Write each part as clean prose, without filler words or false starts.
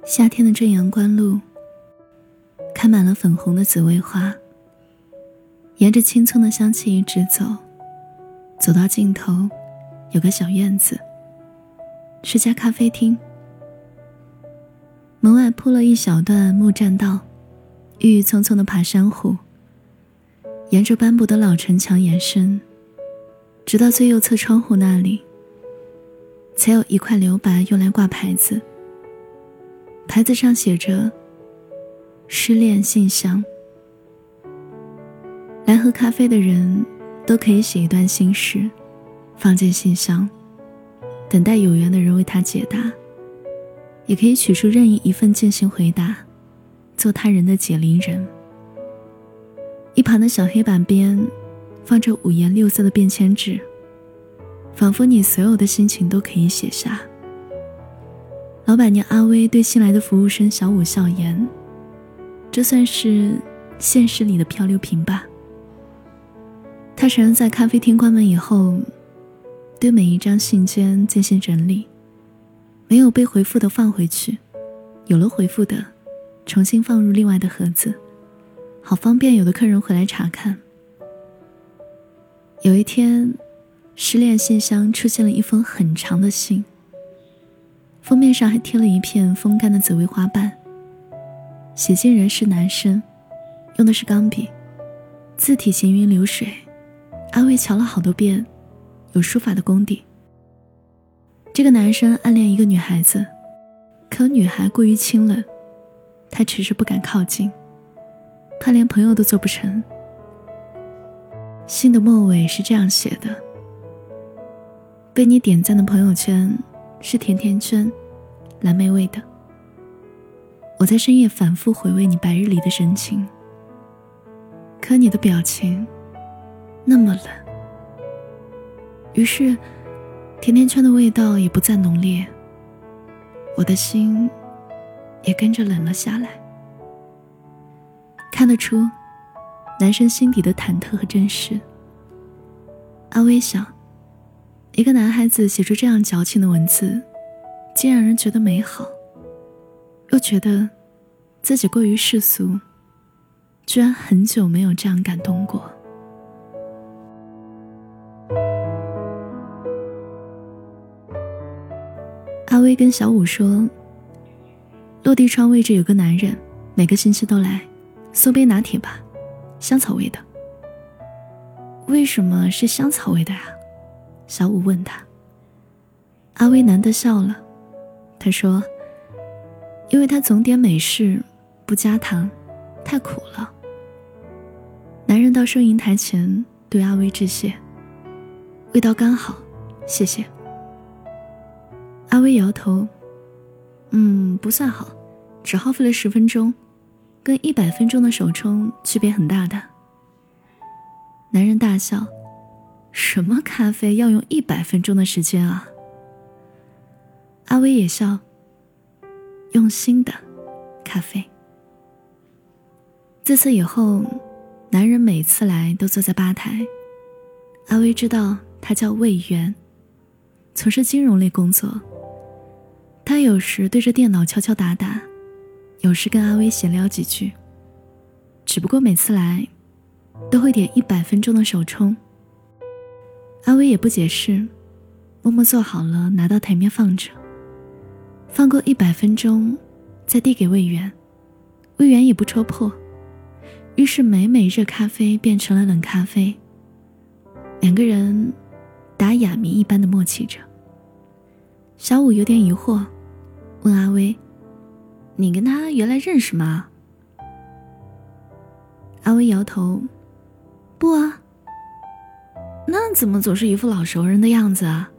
夏天的正阳关路开满了粉红的紫薇花，沿着青葱的香气一直走，走到尽头有个小院子，是家咖啡厅。门外铺了一小段木栈道，郁郁葱葱的爬山虎，沿着斑驳的老城墙延伸，直到最右侧窗户那里，才有一块留白用来挂牌子，牌子上写着失恋信箱。来喝咖啡的人都可以写一段心事，放进信箱，等待有缘的人为他解答，也可以取出任意一份进行回答，做他人的解铃人。一旁的小黑板边放着五颜六色的便签纸，仿佛你所有的心情都可以写下。老板娘阿薇对新来的服务生小五笑言，这算是现实里的漂流瓶吧。他承认在咖啡厅关门以后，对每一张信笺进行整理，没有被回复的放回去，有了回复的重新放入另外的盒子，好方便有的客人回来查看。有一天，失恋信箱出现了一封很长的信，封面上还贴了一片风干的紫薇花瓣，写信人是男生，用的是钢笔，字体行云流水，阿薇瞧了好多遍，有书法的功底。这个男生暗恋一个女孩子，可女孩过于清冷，他迟迟不敢靠近，怕连朋友都做不成。信的末尾是这样写的：被你点赞的朋友圈是甜甜圈，蓝莓味的。我在深夜反复回味你白日里的神情，可你的表情那么冷。于是甜甜圈的味道也不再浓烈，我的心也跟着冷了下来。看得出男生心底的忐忑和真实。阿薇想，一个男孩子写出这样矫情的文字，既让人觉得美好，又觉得自己过于世俗，居然很久没有这样感动过。阿薇跟小五说，落地窗位置有个男人，每个星期都来，送杯拿铁吧，香草味的。为什么是香草味的呀？小五问他。阿薇难得笑了，他说，因为他总点美式，不加糖，太苦了。男人到收银台前对阿薇致谢，味道刚好，谢谢。阿薇摇头，不算好，只耗费了10分钟，跟100分钟的手冲区别很大的。男人大笑，什么咖啡要用100分钟的时间啊？阿薇也笑，用心的咖啡。自此以后，男人每次来都坐在吧台。阿薇知道他叫魏源，从事金融类工作。他有时对着电脑敲敲打打，有时跟阿薇闲聊几句，只不过每次来都会点100分钟的手冲。阿薇也不解释，默默做好了拿到台面放着，放过100分钟再递给魏源，魏源也不戳破，于是每每热咖啡变成了冷咖啡，两个人打哑谜一般的默契着。小五有点疑惑，问阿薇，你跟他原来认识吗？阿薇摇头，不啊，那怎么总是一副老熟人的样子啊？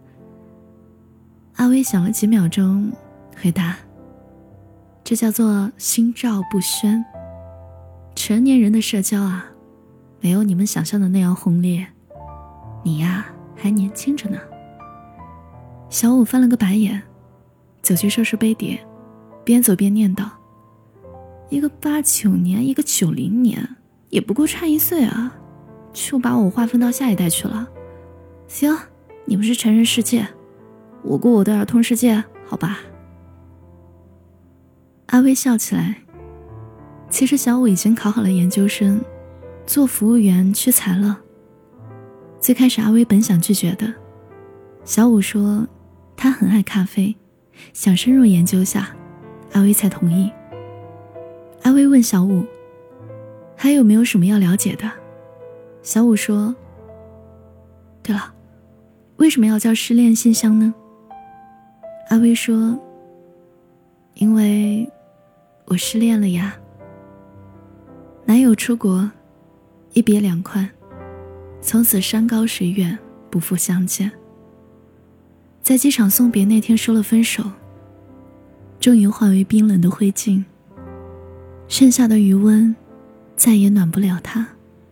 阿薇想了几秒钟，回答，这叫做心照不宣。成年人的社交啊，没有你们想象的那样轰烈，你呀，还年轻着呢。小五翻了个白眼，走去收拾杯碟，边走边念叨，一个89年，一个90年，也不过差1岁啊，就把我划分到下一代去了。行，你们是成人世界，我过我的儿童世界，好吧。 阿威笑起来。其实小五已经考好了研究生，做服务员屈才了。最开始阿威本想拒绝的，小五说他很爱咖啡，想深入研究下，阿威才同意。阿威问小五还有没有什么要了解的，小五说，对了，为什么要叫失恋信箱呢？阿威说，因为我失恋了呀。男友出国，一别两宽，从此山高水远，不复相见。在机场送别那天说了分手，终于化为冰冷的灰烬，剩下的余温再也暖不了他。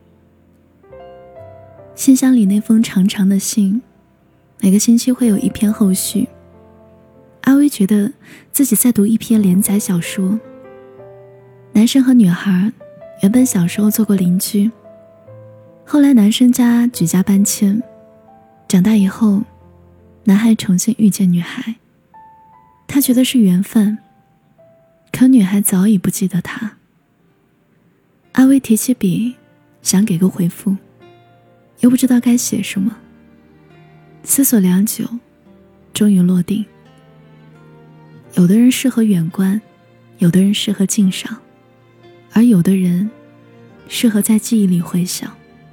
信箱里那封长长的信，每个星期会有一篇后续。阿威觉得自己在读一篇连载小说，男生和女孩原本小时候做过邻居，后来男生家举家搬迁，长大以后男孩重新遇见女孩，他觉得是缘分，可女孩早已不记得他。阿威提起笔想给个回复，又不知道该写什么，思索良久，终于落定。有的人适合远观，有的人适合近赏，而有的人适合在记忆里回想。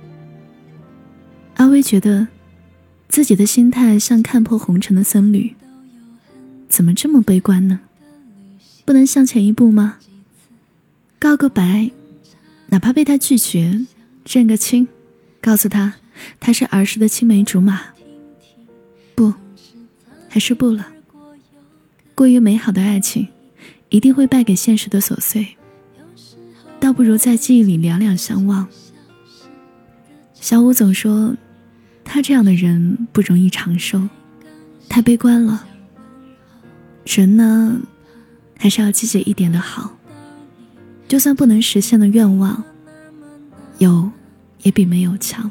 阿威觉得自己的心态像看破红尘的僧侣，怎么这么悲观呢？不能向前一步吗？告个白，哪怕被他拒绝，认个亲，告诉他他是儿时的青梅竹马。不，还是不了。过于美好的爱情一定会败给现实的琐碎，倒不如在记忆里两两相望。小五总说他这样的人不容易长寿，太悲观了。人呢，还是要积极一点的好，就算不能实现的愿望，有也比没有强。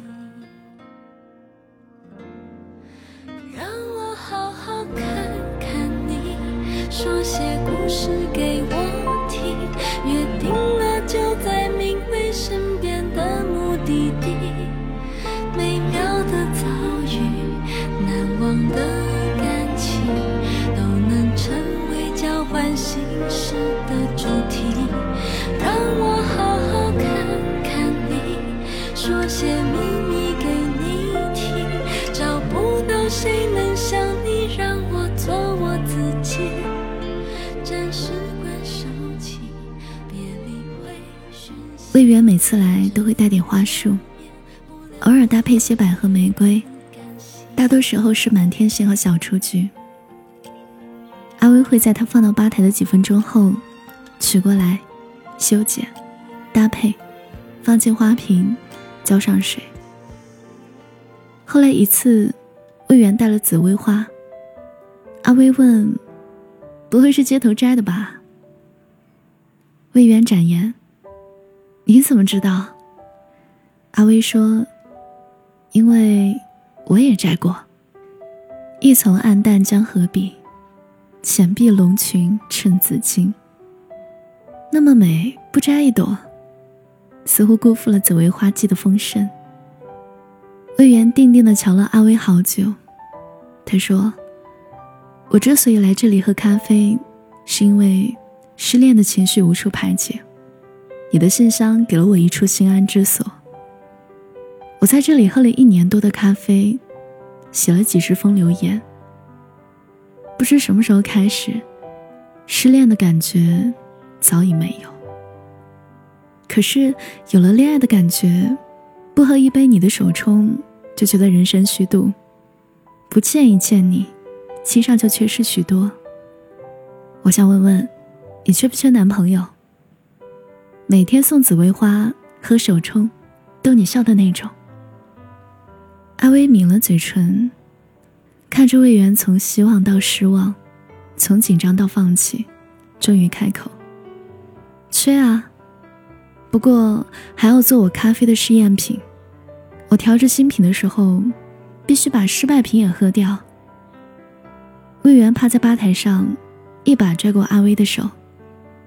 让我好好看看你，说些故事给我听，约定了就在名为身边的目的地，美妙的遭遇，难忘的感情，都能成为交换心事的主题。让我好好看看你，说些秘密给你听，找不到谁能像你，让我做我自己。暂时关手机，别理会讯息。 魏源每次来都会带点花束，偶尔搭配些百合玫瑰，大多时候是满天星和小雏菊。阿威会在他放到吧台的几分钟后取过来修剪搭配，放进花瓶，浇上水。后来一次魏源带了紫薇花，阿威问，不会是街头摘的吧？魏源展言，你怎么知道？阿威说，因为我也摘过。一丛暗淡江河笔，浅碧龙裙衬紫金，那么美，不摘一朵，似乎辜负了紫薇花季的丰盛。魏源定定地瞧了阿威好久，他说，我之所以来这里喝咖啡，是因为失恋的情绪无处排解，你的信箱给了我一处心安之所。我在这里喝了1年多的咖啡，写了几十封留言，不知什么时候开始，失恋的感觉早已没有。可是有了恋爱的感觉，不喝一杯你的手冲就觉得人生虚度，不见一见你，心上就缺失许多。我想问问，你缺不缺男朋友？每天送紫薇花，喝手冲，逗你笑的那种。阿威抿了嘴唇，看着魏源从希望到失望，从紧张到放弃，终于开口，缺啊，不过还要做我咖啡的试验品，我调制新品的时候必须把失败品也喝掉。魏源趴在吧台上，一把拽过阿威的手，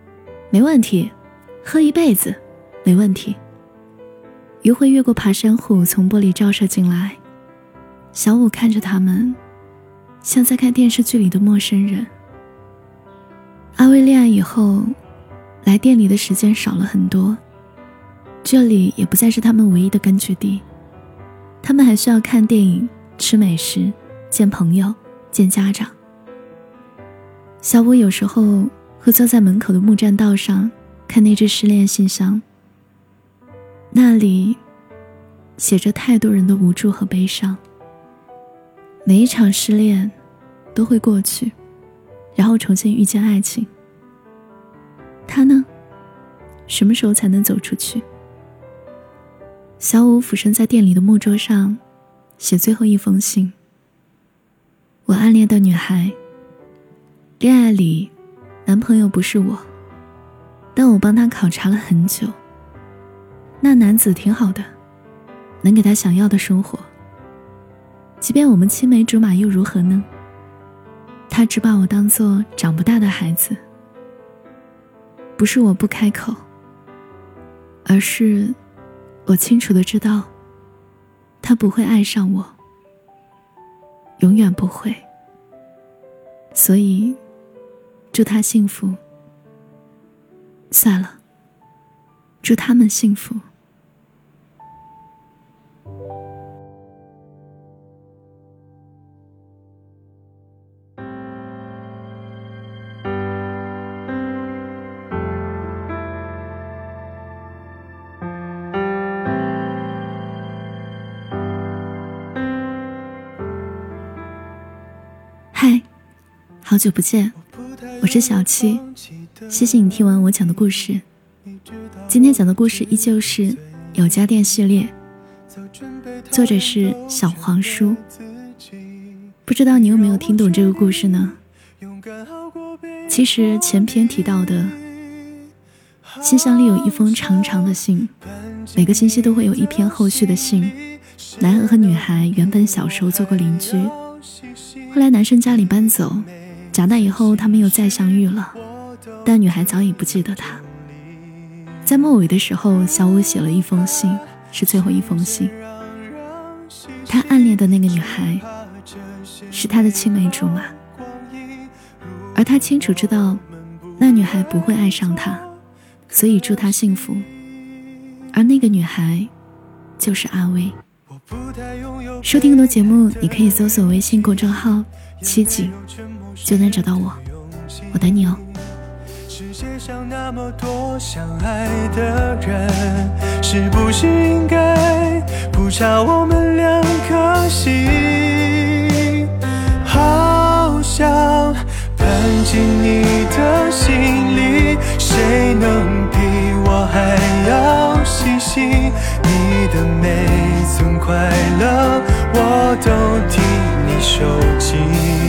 没问题，喝一辈子，没问题。余晖越过爬山虎，从玻璃照射进来。小五看着他们，像在看电视剧里的陌生人。阿威恋爱以后，来店里的时间少了很多，这里也不再是他们唯一的根据地。他们还需要看电影、吃美食、见朋友、见家长。小五有时候会坐在门口的木栈道上，看那只失恋信箱，那里写着太多人的无助和悲伤。每一场失恋都会过去，然后重新遇见爱情。他呢，什么时候才能走出去？小五俯身在店里的木桌上，写最后一封信。我暗恋的女孩，恋爱里男朋友不是我，但我帮他考察了很久。那男子挺好的，能给他想要的生活。即便我们青梅竹马又如何呢？他只把我当作长不大的孩子。不是我不开口，而是我清楚地知道，他不会爱上我，永远不会。所以祝他幸福。算了，祝他们幸福。嗨，好久不见，我是小七，谢谢你听完我讲的故事。今天讲的故事依旧是有家店系列，作者是小黄书。不知道你有没有听懂这个故事呢？其实前篇提到的信箱里有一封长长的信，每个星期都会有一篇后续的信。男孩和女孩原本小时候做过邻居，后来男生家里搬走，长大以后他们又再相遇了，但女孩早已不记得他。在末尾的时候，小五写了一封信，是最后一封信。他暗恋的那个女孩是他的青梅竹马，而他清楚知道那女孩不会爱上他，所以祝他幸福。而那个女孩就是阿威。收听更多节目，你可以搜索微信公众号七景，就能找到我。我等你哦。 世界上那么多相爱的人，是不是应该不差我们两颗心？好想搬进你的心里，谁能比我还要细心？你的每寸快乐我都替你收集，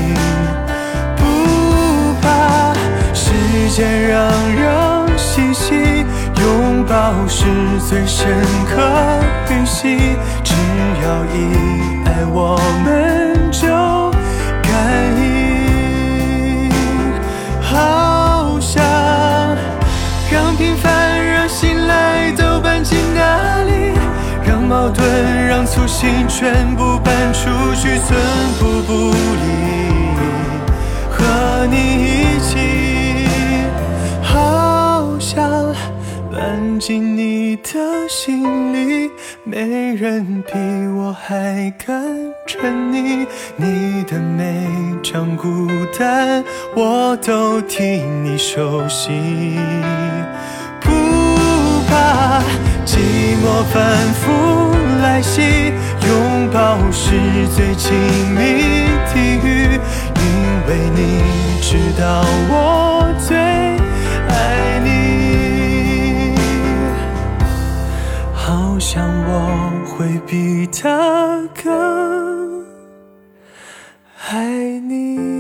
不怕时间让人细细，拥抱是最深刻预习，只要一爱我们就感应。好想让平凡人醒来都搬进哪里，让矛盾让粗心全部搬出去，寸步不离，和你一起。好想搬进你的心里，没人比我还敢沉溺，你的每场孤单我都替你熟悉，不怕寂寞反复来袭，拥抱是最亲密地狱，因为你知道我最爱你，好像我会比他更爱你。